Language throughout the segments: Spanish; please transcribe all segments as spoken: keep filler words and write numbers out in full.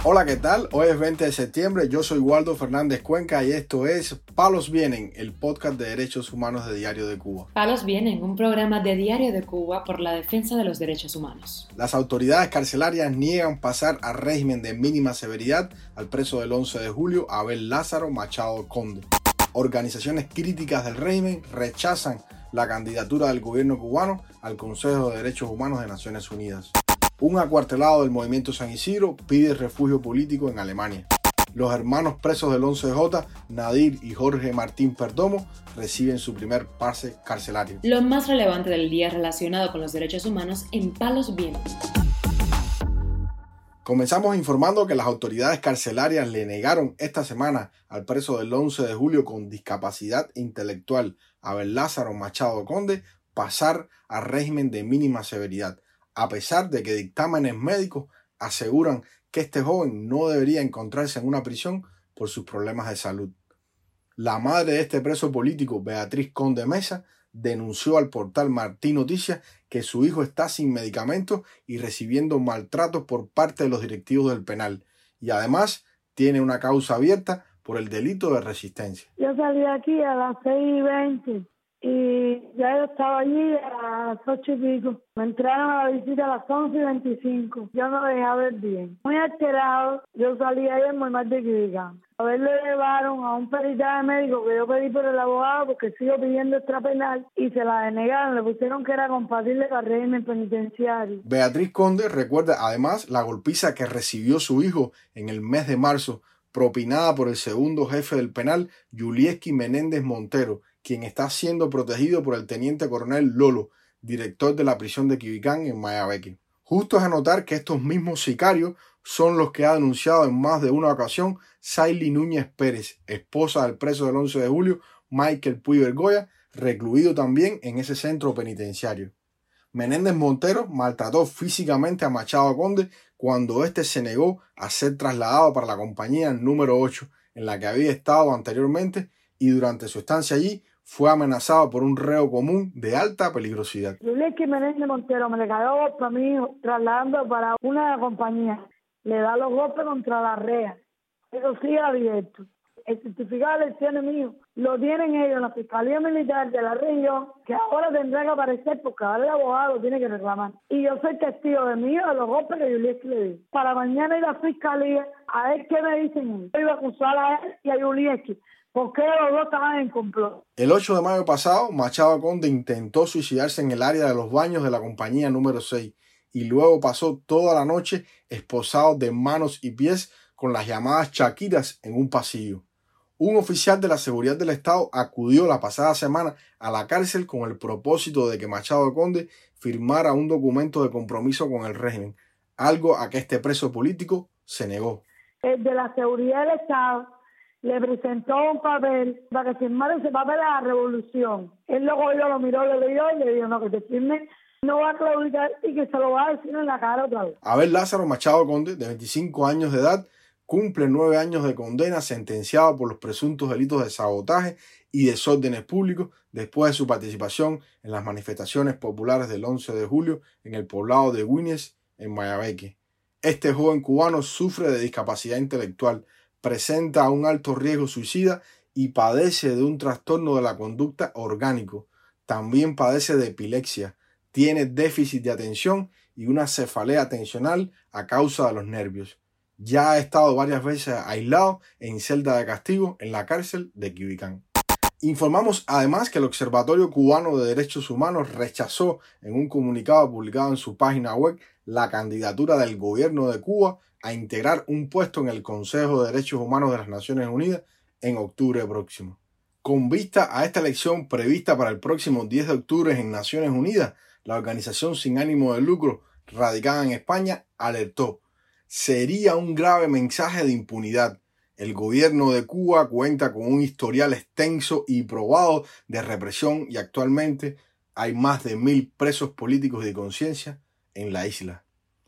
Hola, ¿qué tal? Hoy es veinte de septiembre, yo soy Waldo Fernández Cuenca y esto es Palos Vienen, el podcast de derechos humanos de Diario de Cuba. Palos Vienen, un programa de Diario de Cuba por la defensa de los derechos humanos. Las autoridades carcelarias niegan pasar a régimen de mínima severidad al preso del once de julio, Abel Lázaro Machado Conde. Organizaciones críticas del régimen rechazan la candidatura del gobierno cubano al Consejo de Derechos Humanos de Naciones Unidas. Un acuartelado del movimiento San Isidro pide refugio político en Alemania. Los hermanos presos del once J, Nadir y Jorge Martín Perdomo, reciben su primer pase carcelario. Lo más relevante del día relacionado con los derechos humanos en Palos Vienen. Comenzamos informando que las autoridades carcelarias le negaron esta semana al preso del once de julio con discapacidad intelectual, Abel Lázaro Machado Conde, pasar a régimen de mínima severidad, a pesar de que dictámenes médicos aseguran que este joven no debería encontrarse en una prisión por sus problemas de salud. La madre de este preso político, Beatriz Conde Mesa, denunció al portal Martí Noticias que su hijo está sin medicamentos y recibiendo maltratos por parte de los directivos del penal, y además tiene una causa abierta por el delito de resistencia. Yo salí aquí a las seis y veinte y ya yo estaba allí a las ocho y pico. Me entraron a la visita a las once y veinticinco. Yo no dejé ver bien. Muy alterado, yo salí ayer muy mal de Quibicán. A ver, le llevaron a un peritaje médico que yo pedí por el abogado porque sigo pidiendo extrapenal y se la denegaron. Le pusieron que era compatible con el régimen penitenciario. Beatriz Conde recuerda además la golpiza que recibió su hijo en el mes de marzo, propinada por el segundo jefe del penal, Yulieski Menéndez Montero, quien está siendo protegido por el teniente coronel Lolo, director de la prisión de Quibicán en Mayabeque. Justo es anotar que estos mismos sicarios son los que ha denunciado en más de una ocasión Saily Núñez Pérez, esposa del preso del once de julio, Michael Puy Bergoya, recluido también en ese centro penitenciario. Menéndez Montero maltrató físicamente a Machado Conde cuando éste se negó a ser trasladado para la compañía número ocho, en la que había estado anteriormente, y durante su estancia allí fue amenazado por un reo común de alta peligrosidad. Yulieski Menéndez Montero me le cayó golpe a mi hijo trasladando para una compañía. Le da los golpes contra la rea. Eso sigue abierto. El certificado de elecciones mío lo tienen ellos en la Fiscalía Militar de la región, que ahora tendrá que aparecer porque ahora el abogado tiene que reclamar. Y yo soy testigo de mí de los golpes que Yulieski le dio. Para mañana ir a la Fiscalía a ver qué me dicen. Yo iba a acusar a él y a Yulieski, porque los dos estaban en complot. El ocho de mayo pasado, Machado Conde intentó suicidarse en el área de los baños de la compañía número seis y luego pasó toda la noche esposado de manos y pies con las llamadas chaquiras en un pasillo. Un oficial de la seguridad del Estado acudió la pasada semana a la cárcel con el propósito de que Machado Conde firmara un documento de compromiso con el régimen, algo a que este preso político se negó. El de la seguridad del Estado le presentó un papel para que firmara ese papel a la revolución. Él luego yo lo miró, lo leyó y le dijo, no, que te firme, no va a claudicar y que se lo va a decir en la cara otra vez. Abel Lázaro Machado Conde, de veinticinco años de edad, cumple nueve años de condena sentenciado por los presuntos delitos de sabotaje y desórdenes públicos después de su participación en las manifestaciones populares del once de julio en el poblado de Güines, en Mayabeque. Este joven cubano sufre de discapacidad intelectual, presenta un alto riesgo suicida y padece de un trastorno de la conducta orgánico. También padece de epilepsia, tiene déficit de atención y una cefalea tensional a causa de los nervios. Ya ha estado varias veces aislado en celda de castigo en la cárcel de Quibicán. Informamos además que el Observatorio Cubano de Derechos Humanos rechazó en un comunicado publicado en su página web la candidatura del gobierno de Cuba a integrar un puesto en el Consejo de Derechos Humanos de las Naciones Unidas en octubre próximo. Con vista a esta elección prevista para el próximo diez de octubre en Naciones Unidas, la organización sin ánimo de lucro radicada en España alertó: sería un grave mensaje de impunidad. El gobierno de Cuba cuenta con un historial extenso y probado de represión y actualmente hay más de mil presos políticos de conciencia en la isla.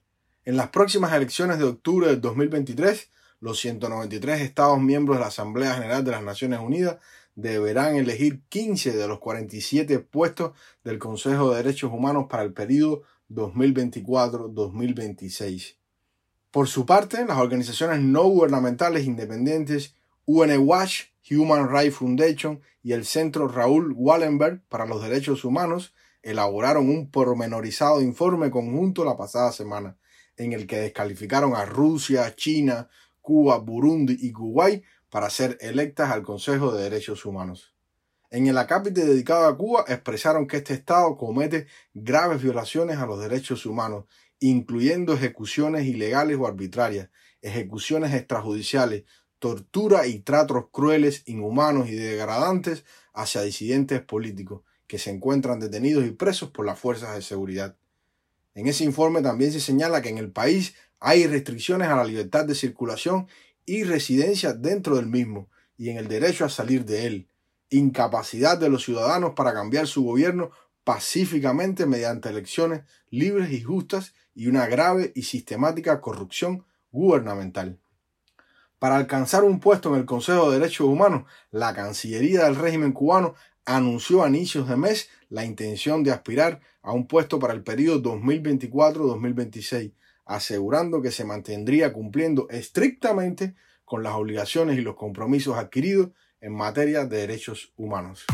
En las próximas elecciones de octubre del dos mil veintitrés, los ciento noventa y tres Estados miembros de la Asamblea General de las Naciones Unidas deberán elegir quince de los cuarenta y siete puestos del Consejo de Derechos Humanos para el periodo dos mil veinticuatro a dos mil veintiséis. Por su parte, las organizaciones no gubernamentales independientes U N Watch, Human Rights Foundation y el Centro Raúl Wallenberg para los Derechos Humanos elaboraron un pormenorizado informe conjunto la pasada semana, en el que descalificaron a Rusia, China, Cuba, Burundi y Kuwait para ser electas al Consejo de Derechos Humanos. En el acápite dedicado a Cuba expresaron que este Estado comete graves violaciones a los derechos humanos, incluyendo ejecuciones ilegales o arbitrarias, ejecuciones extrajudiciales, tortura y tratos crueles, inhumanos y degradantes hacia disidentes políticos que se encuentran detenidos y presos por las fuerzas de seguridad. En ese informe también se señala que en el país hay restricciones a la libertad de circulación y residencia dentro del mismo y en el derecho a salir de él, incapacidad de los ciudadanos para cambiar su gobierno pacíficamente mediante elecciones libres y justas y una grave y sistemática corrupción gubernamental. Para alcanzar un puesto en el Consejo de Derechos Humanos, la Cancillería del régimen cubano anunció a inicios de mes la intención de aspirar a un puesto para el periodo dos mil veinticuatro a dos mil veintiséis, asegurando que se mantendría cumpliendo estrictamente con las obligaciones y los compromisos adquiridos en materia de derechos humanos.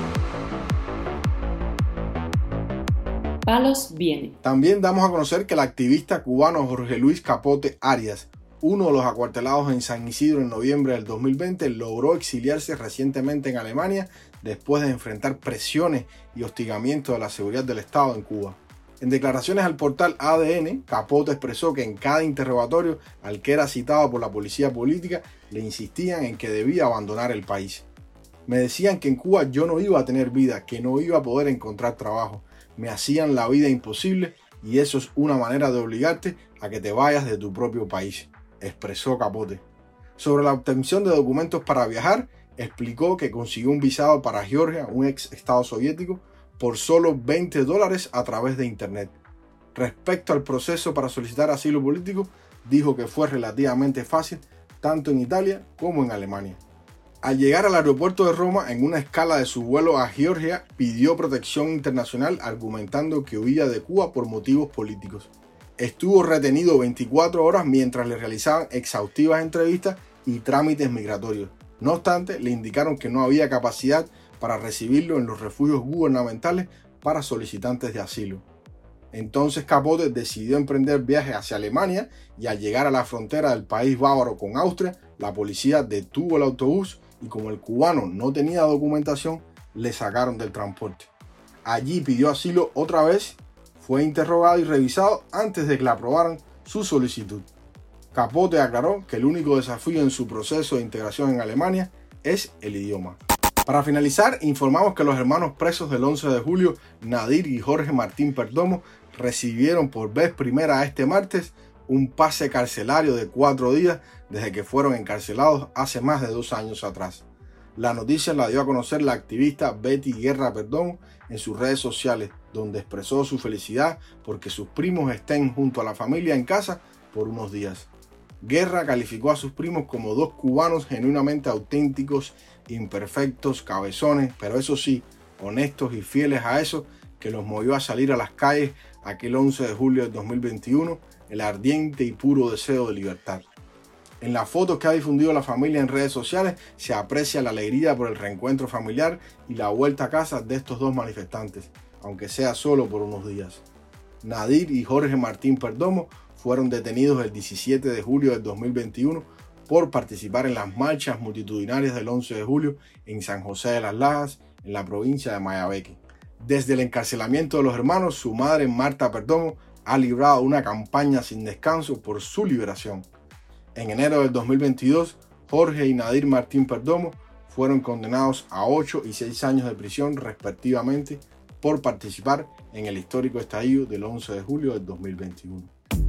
Palos viene. También damos a conocer que el activista cubano Jorge Luis Capote Arias, uno de los acuartelados en San Isidro en noviembre del dos mil veinte, logró exiliarse recientemente en Alemania después de enfrentar presiones y hostigamiento de la seguridad del Estado en Cuba. En declaraciones al portal A D N, Capote expresó que en cada interrogatorio al que era citado por la policía política le insistían en que debía abandonar el país. Me decían que en Cuba yo no iba a tener vida, que no iba a poder encontrar trabajo. Me hacían la vida imposible y eso es una manera de obligarte a que te vayas de tu propio país, expresó Capote. Sobre la obtención de documentos para viajar, explicó que consiguió un visado para Georgia, un ex estado soviético, por solo veinte dólares a través de internet. Respecto al proceso para solicitar asilo político, dijo que fue relativamente fácil tanto en Italia como en Alemania. Al llegar al aeropuerto de Roma, en una escala de su vuelo a Georgia, pidió protección internacional argumentando que huía de Cuba por motivos políticos. Estuvo retenido veinticuatro horas mientras le realizaban exhaustivas entrevistas y trámites migratorios. No obstante, le indicaron que no había capacidad para recibirlo en los refugios gubernamentales para solicitantes de asilo. Entonces Capote decidió emprender viaje hacia Alemania y al llegar a la frontera del país bávaro con Austria, la policía detuvo el autobús y como el cubano no tenía documentación, le sacaron del transporte. Allí pidió asilo otra vez, fue interrogado y revisado antes de que le aprobaran su solicitud. Capote aclaró que el único desafío en su proceso de integración en Alemania es el idioma. Para finalizar, informamos que los hermanos presos del once de julio, Nadir y Jorge Martín Perdomo, recibieron por vez primera este martes un pase carcelario de cuatro días desde que fueron encarcelados hace más de dos años atrás. La noticia la dio a conocer la activista Betty Guerra Perdomo en sus redes sociales, donde expresó su felicidad porque sus primos estén junto a la familia en casa por unos días. Guerra calificó a sus primos como dos cubanos genuinamente auténticos, imperfectos, cabezones, pero eso sí, honestos y fieles a eso que los movió a salir a las calles aquel once de julio de dos mil veintiuno, el ardiente y puro deseo de libertad. En las fotos que ha difundido la familia en redes sociales se aprecia la alegría por el reencuentro familiar y la vuelta a casa de estos dos manifestantes, aunque sea solo por unos días. Nadir y Jorge Martín Perdomo fueron detenidos el diecisiete de julio del dos mil veintiuno por participar en las marchas multitudinarias del once de julio en San José de las Lajas, en la provincia de Mayabeque. Desde el encarcelamiento de los hermanos, su madre Marta Perdomo ha librado una campaña sin descanso por su liberación. En enero del dos mil veintidós, Jorge y Nadir Martín Perdomo fueron condenados a ocho y seis años de prisión respectivamente por participar en el histórico estallido del once de julio del dos mil veintiuno.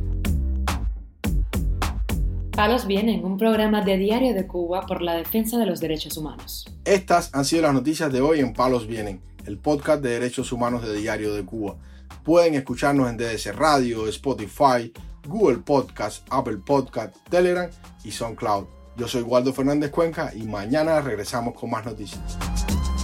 Palos Vienen, un programa de Diario de Cuba por la defensa de los derechos humanos. Estas han sido las noticias de hoy en Palos Vienen, el podcast de derechos humanos de Diario de Cuba. Pueden escucharnos en D D C Radio, Spotify, Google Podcast, Apple Podcast, Telegram y SoundCloud. Yo soy Waldo Fernández Cuenca y mañana regresamos con más noticias.